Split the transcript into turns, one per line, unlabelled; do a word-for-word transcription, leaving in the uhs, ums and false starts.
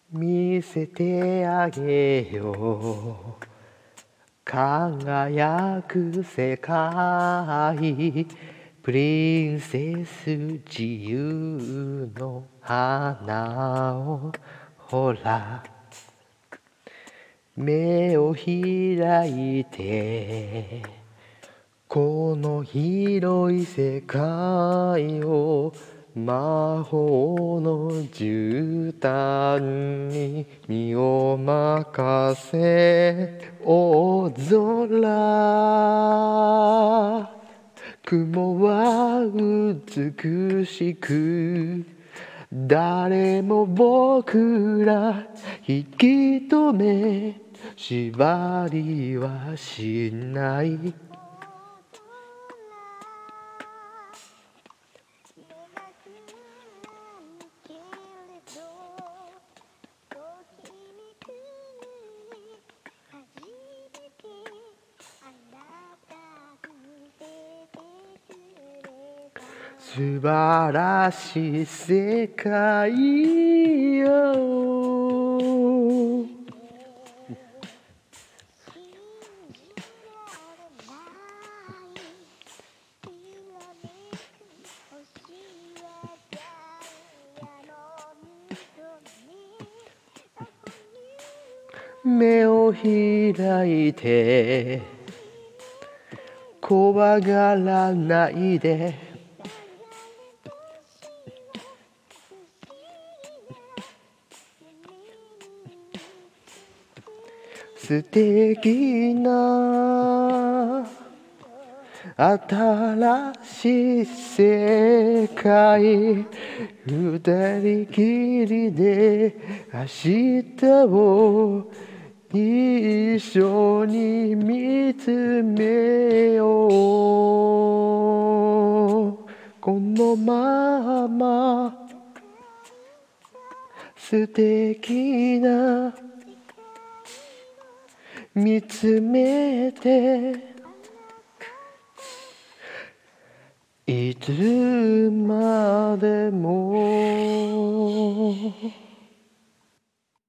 見せてあげよう輝く世界プリンセス自由の花をほら目を開いてこの広い世界を魔法の絨毯に身を任せ大空雲は美しく誰も僕ら引き止め縛りはしない素晴らしい世界よ目を開いて怖がらないで素敵な新しい世界二人きりで明日を一緒に見つめようこのまま素敵な見つめていつまでも